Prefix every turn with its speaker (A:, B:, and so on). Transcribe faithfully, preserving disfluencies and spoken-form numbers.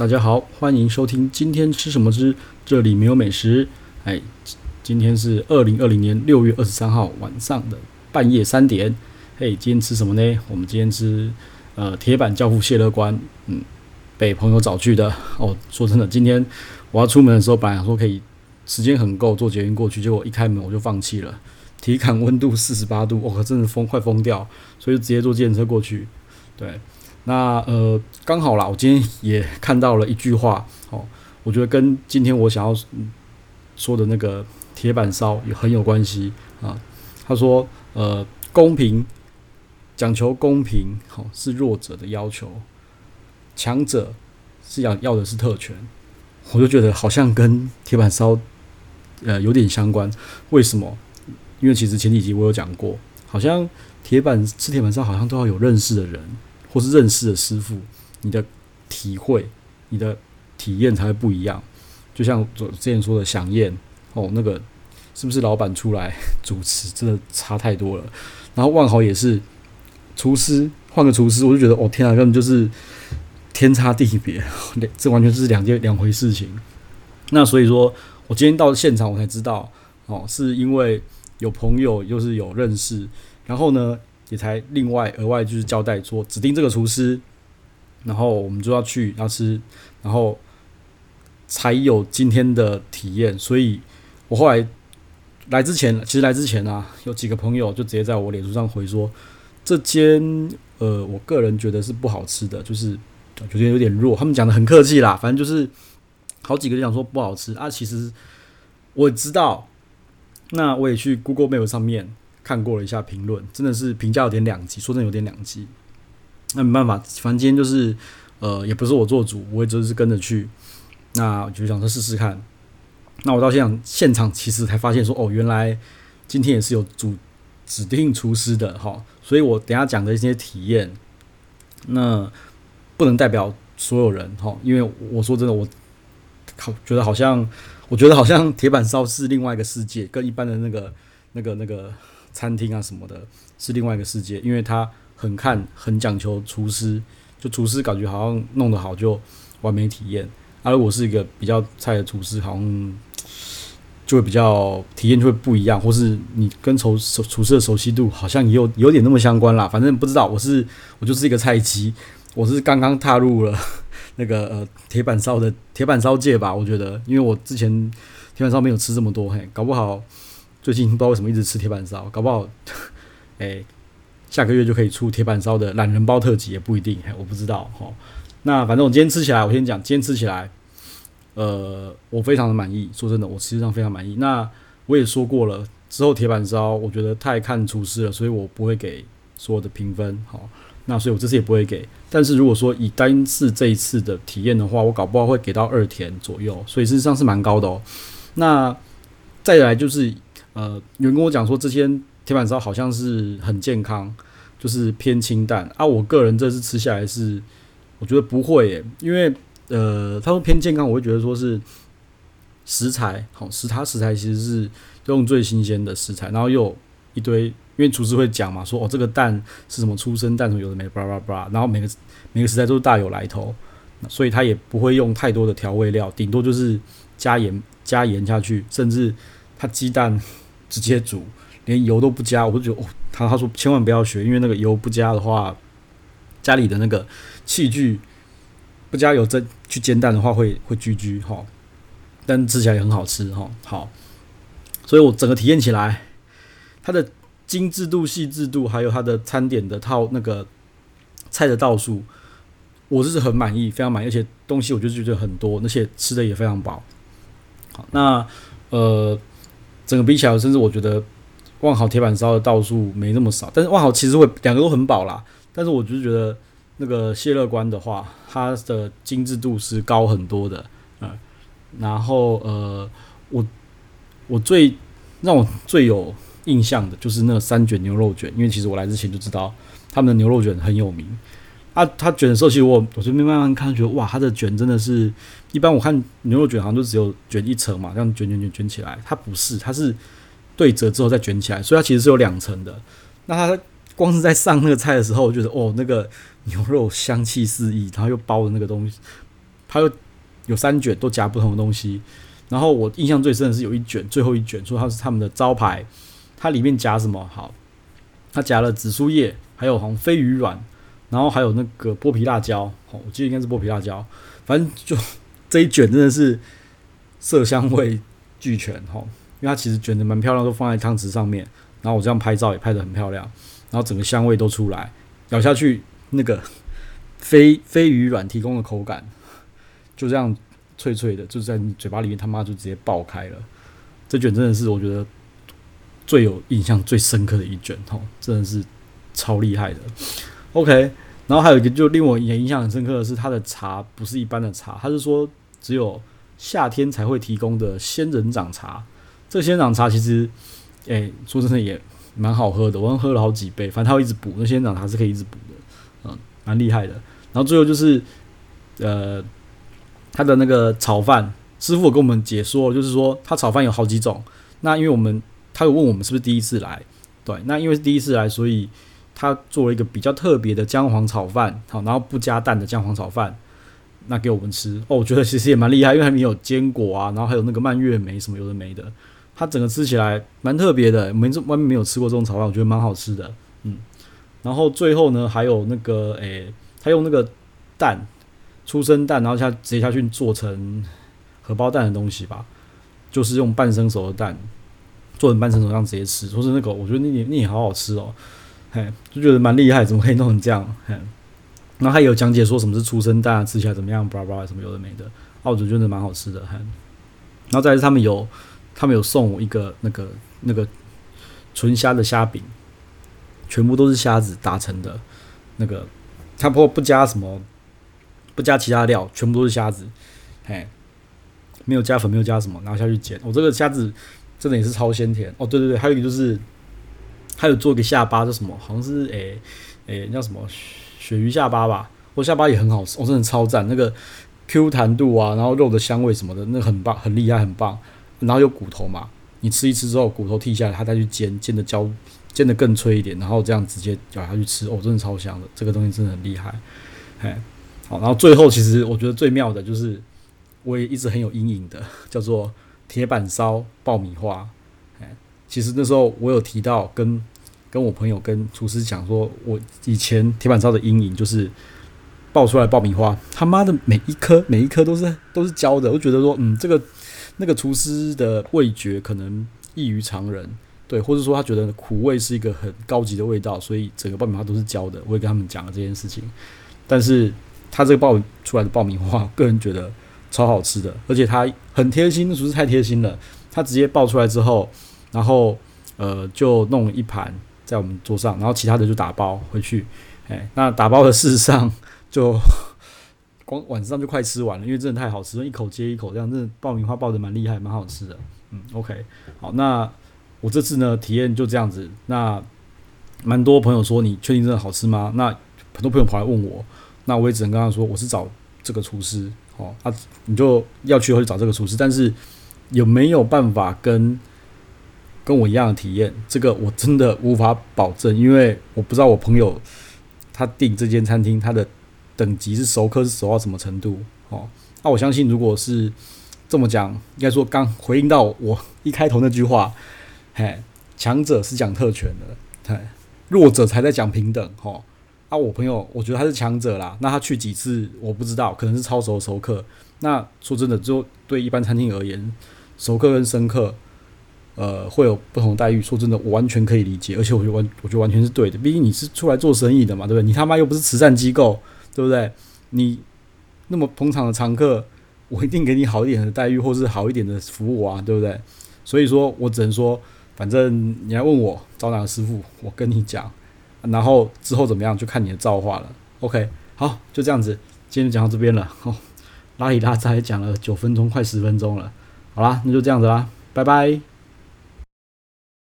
A: 大家好，欢迎收听今天吃什么之这里没有美食。哎，今天是二零二零年六月二十三号晚上的半夜三点。嘿，今天吃什么呢？我们今天吃呃铁板教父蟹乐关，嗯，被朋友找去的。哦，说真的，今天我要出门的时候，本来想说可以时间很够坐捷运过去，结果一开门我就放弃了。体感温度四十八度，我、哦、真的疯快疯掉，所以就直接坐计程车过去。对。那呃，刚好啦，我今天也看到了一句话，哦，我觉得跟今天我想要说的那个铁板烧也很有关系啊。他说，呃，公平，讲求公平，好、哦、是弱者的要求，强者是要要的是特权。我就觉得好像跟铁板烧呃有点相关。为什么？因为其实前几集我有讲过，好像铁板吃铁板烧好像都要有认识的人。或是认识的师傅，你的体会、你的体验才会不一样。就像我之前说的响宴哦，那个是不是老板出来主持，真的差太多了。然后万豪也是厨师，换个厨师，我就觉得哦天啊，根本就是天差地别，这完全是两件两回事情。那所以说我今天到现场，我才知道哦，是因为有朋友，又是有认识，然后呢。也才另外额外就是交代说指定这个厨师，然后我们就要去要吃，然后才有今天的体验。所以我后来来之前，其实来之前啊，有几个朋友就直接在我脸书上回说，这间呃，我个人觉得是不好吃的，就是觉得有点弱。他们讲的很客气啦，反正就是好几个就讲说不好吃啊。其实我也知道，那我也去 Google Map 上面。看过了一下评论，真的是评价有点两极，说真的有点两极。那没办法，反正今天就是呃，也不是我做主，我也就是跟着去。那我就想说试试看。那我到现场现场其实才发现说，哦，原来今天也是有主指定厨师的哈，所以我等一下讲的一些体验，那不能代表所有人哈，因为我说真的，我觉得好像，我觉得好像铁板烧是另外一个世界，跟一般的那个那个那个。餐厅啊什么的，是另外一个世界，因为他很看很讲求厨师，就厨师感觉好像弄得好就完美体验。而、啊、我是一个比较菜的厨师，好像就会比较体验就会不一样，或是你跟厨厨师的熟悉度好像也有有点那么相关啦。反正不知道，我是我就是一个菜鸡，我是刚刚踏入了那个呃铁板烧的铁板烧界吧，我觉得，因为我之前铁板烧没有吃这么多，嘿，搞不好。最近不知道为什么一直吃铁板烧，搞不好，欸、下个月就可以出铁板烧的懒人包特辑也不一定，我不知道齁。那反正我今天吃起来，我先讲，今天吃起来，呃，我非常的满意。说真的，我实际上非常满意。那我也说过了，之后铁板烧我觉得太看厨师了，所以我不会给所有的评分，齁。那所以我这次也不会给。但是如果说以单次这一次的体验的话，我搞不好会给到二甜左右，所以事实上是蛮高的哦。那再来就是。呃，有人跟我讲说，这间铁板烧好像是很健康，就是偏清淡啊。我个人这次吃下来是，我觉得不会耶，因为呃，他说偏健康，我会觉得说是食材好，食它食材其实是用最新鲜的食材，然后又有一堆，因为厨师会讲嘛，说哦这个蛋是什么出生蛋什么有的没，巴拉巴拉，然后每个每个食材都是大有来头，所以他也不会用太多的调味料，顶多就是加盐加盐下去，甚至他鸡蛋。直接煮，连油都不加，我就觉得哦，他他说千万不要学，因为那个油不加的话，家里的那个器具不加油蒸去煎蛋的话会会居居哈，但吃起来也很好吃哈。好，所以我整个体验起来，它的精致度、细致度，还有它的餐点的套那个菜的道数，我是很满意，非常满意，而且东西我就觉得很多，而且吃的也非常饱。好，那呃。整个比起来，甚至我觉得万豪铁板烧的道数没那么少，但是万豪其实会两个都很饱啦。但是我就觉得那个蟹乐关的话，它的精致度是高很多的，嗯，然后呃，我我最让我最有印象的就是那个三卷牛肉卷，因为其实我来之前就知道他们的牛肉卷很有名。啊，他卷的时候，其实我我这边慢慢看，觉得哇，他的卷真的是，一般我看牛肉卷好像就只有卷一层嘛，这样卷卷卷卷起来，它不是，它是对折之后再卷起来，所以它其实是有两层的。那它光是在上那个菜的时候，我觉得哦，那个牛肉香气四溢，然后又包的那个东西， 它有有三卷都夹不同的东西。然后我印象最深的是有一卷，最后一卷说它是他们的招牌，它里面夹什么？好，它夹了紫苏叶，还有好像飞鱼卵，然后还有那个剥皮辣椒，我记得应该是剥皮辣椒，反正就这一卷真的是色香味俱全，因为它其实卷的蛮漂亮，都放在汤匙上面，然后我这样拍照也拍得很漂亮，然后整个香味都出来，咬下去那个飞飞鱼卵提供的口感，就这样。脆脆的，就在你嘴巴里面，他妈就直接爆开了。这卷真的是我觉得最有印象、最深刻的一卷，吼，真的是超厉害的。OK， 然后还有一个就令我也印象很深刻的是，它的茶不是一般的茶，它是说只有夏天才会提供的仙人掌茶。这个仙人掌茶其实，哎、欸，说真的也蛮好喝的，我喝了好几杯，反正它会一直补，那仙人掌茶是可以一直补的，嗯，蛮厉害的。然后最后就是，呃。他的那个炒饭，师傅有跟我们解说，就是说他炒饭有好几种。那因为我们他有问我们是不是第一次来，对，那因为是第一次来，所以他做了一个比较特别的姜黄炒饭，好，然后不加蛋的姜黄炒饭，那给我们吃。哦，我觉得其实也蛮厉害，因为里面有坚果啊，然后还有那个蔓越莓什么有的没的，它整个吃起来蛮特别的。我们外面没有吃过这种炒饭，我觉得蛮好吃的，嗯。然后最后呢，还有那个诶、欸，他用那个蛋。出生蛋，然后下直接下去做成荷包蛋的东西吧，就是用半生熟的蛋做成半生熟这样直接吃。说是那个，我觉得那也那也好好吃哦，嘿，就觉得蛮厉害，怎么可以弄成这样？嘿，然后他也有讲解说什么是出生蛋，吃起来怎么样，巴拉巴拉什么有的没的，啊，我就觉得蛮好吃的，嘿。然后再来是他们有他们有送我一个那个那个纯虾的虾饼，全部都是虾子打成的，那个他不不加什么。不加其他料，全部都是虾子，嘿，没有加粉，没有加什么，然后下去煎。我、哦、这个虾子真的也是超鲜甜哦。对对对，还有一个就是，还有做一个下巴，叫什么？好像是诶诶、欸欸、叫什么鳕鱼下巴吧？我、哦、下巴也很好吃，我、哦、真的超赞，那个 Q 弹度啊，然后肉的香味什么的，那个很棒，很厉害，很棒。然后有骨头嘛，你吃一吃之后，骨头剔下来，它再去煎，煎的焦，煎的更脆一点，然后这样直接咬下去吃，哦，真的超香的，这个东西真的很厉害，嘿。好，然后最后其实我觉得最妙的就是，我也一直很有阴影的，叫做铁板烧爆米花。其实那时候我有提到跟跟我朋友跟厨师讲说，我以前铁板烧的阴影就是爆出来爆米花，他妈的每一颗每一颗都是都是焦的，我就觉得说，嗯，这个那个厨师的味觉可能异于常人，对，或者说他觉得苦味是一个很高级的味道，所以整个爆米花都是焦的。我也跟他们讲了这件事情，但是。它这个爆出来的爆米花，个人觉得超好吃的，而且它很贴心，厨师太贴心了。它直接爆出来之后，然后呃就弄一盘在我们桌上，然后其他的就打包回去。哎，那打包的事实上就光晚上就快吃完了，因为真的太好吃了，一口接一口这样，真的爆米花爆得蛮厉害，蛮好吃的。嗯 ，OK， 好，那我这次呢体验就这样子。那蛮多朋友说你确定真的好吃吗？那很多朋友跑来问我。那我也只能跟他说，我是找这个厨师，哦，啊，你就要去就找这个厨师，但是有没有办法跟跟我一样的体验？这个我真的无法保证，因为我不知道我朋友他订这间餐厅，他的等级是熟客是熟到什么程度，哦，那、啊、我相信如果是这么讲，应该说刚回应到我一开头那句话，嘿，强者是讲特权的，嘿，弱者才在讲平等，哦。啊，我朋友，我觉得他是强者啦。那他去几次我不知道，可能是超熟的熟客。那说真的，就对一般餐厅而言，熟客跟生客，呃，会有不同待遇。说真的，我完全可以理解，而且我觉得完，我觉得完全是对的。毕竟你是出来做生意的嘛，对不对？你他妈又不是慈善机构，对不对？你那么捧场的常客，我一定给你好一点的待遇，或是好一点的服务啊，对不对？所以说我只能说，反正你来问我找哪个师傅，我跟你讲。然后之后怎么样，就看你的造化了。OK， 好，就这样子，今天就讲到这边了。哦，拉里拉扎也讲了九分钟，快十分钟了。好啦，那就这样子啦，拜拜。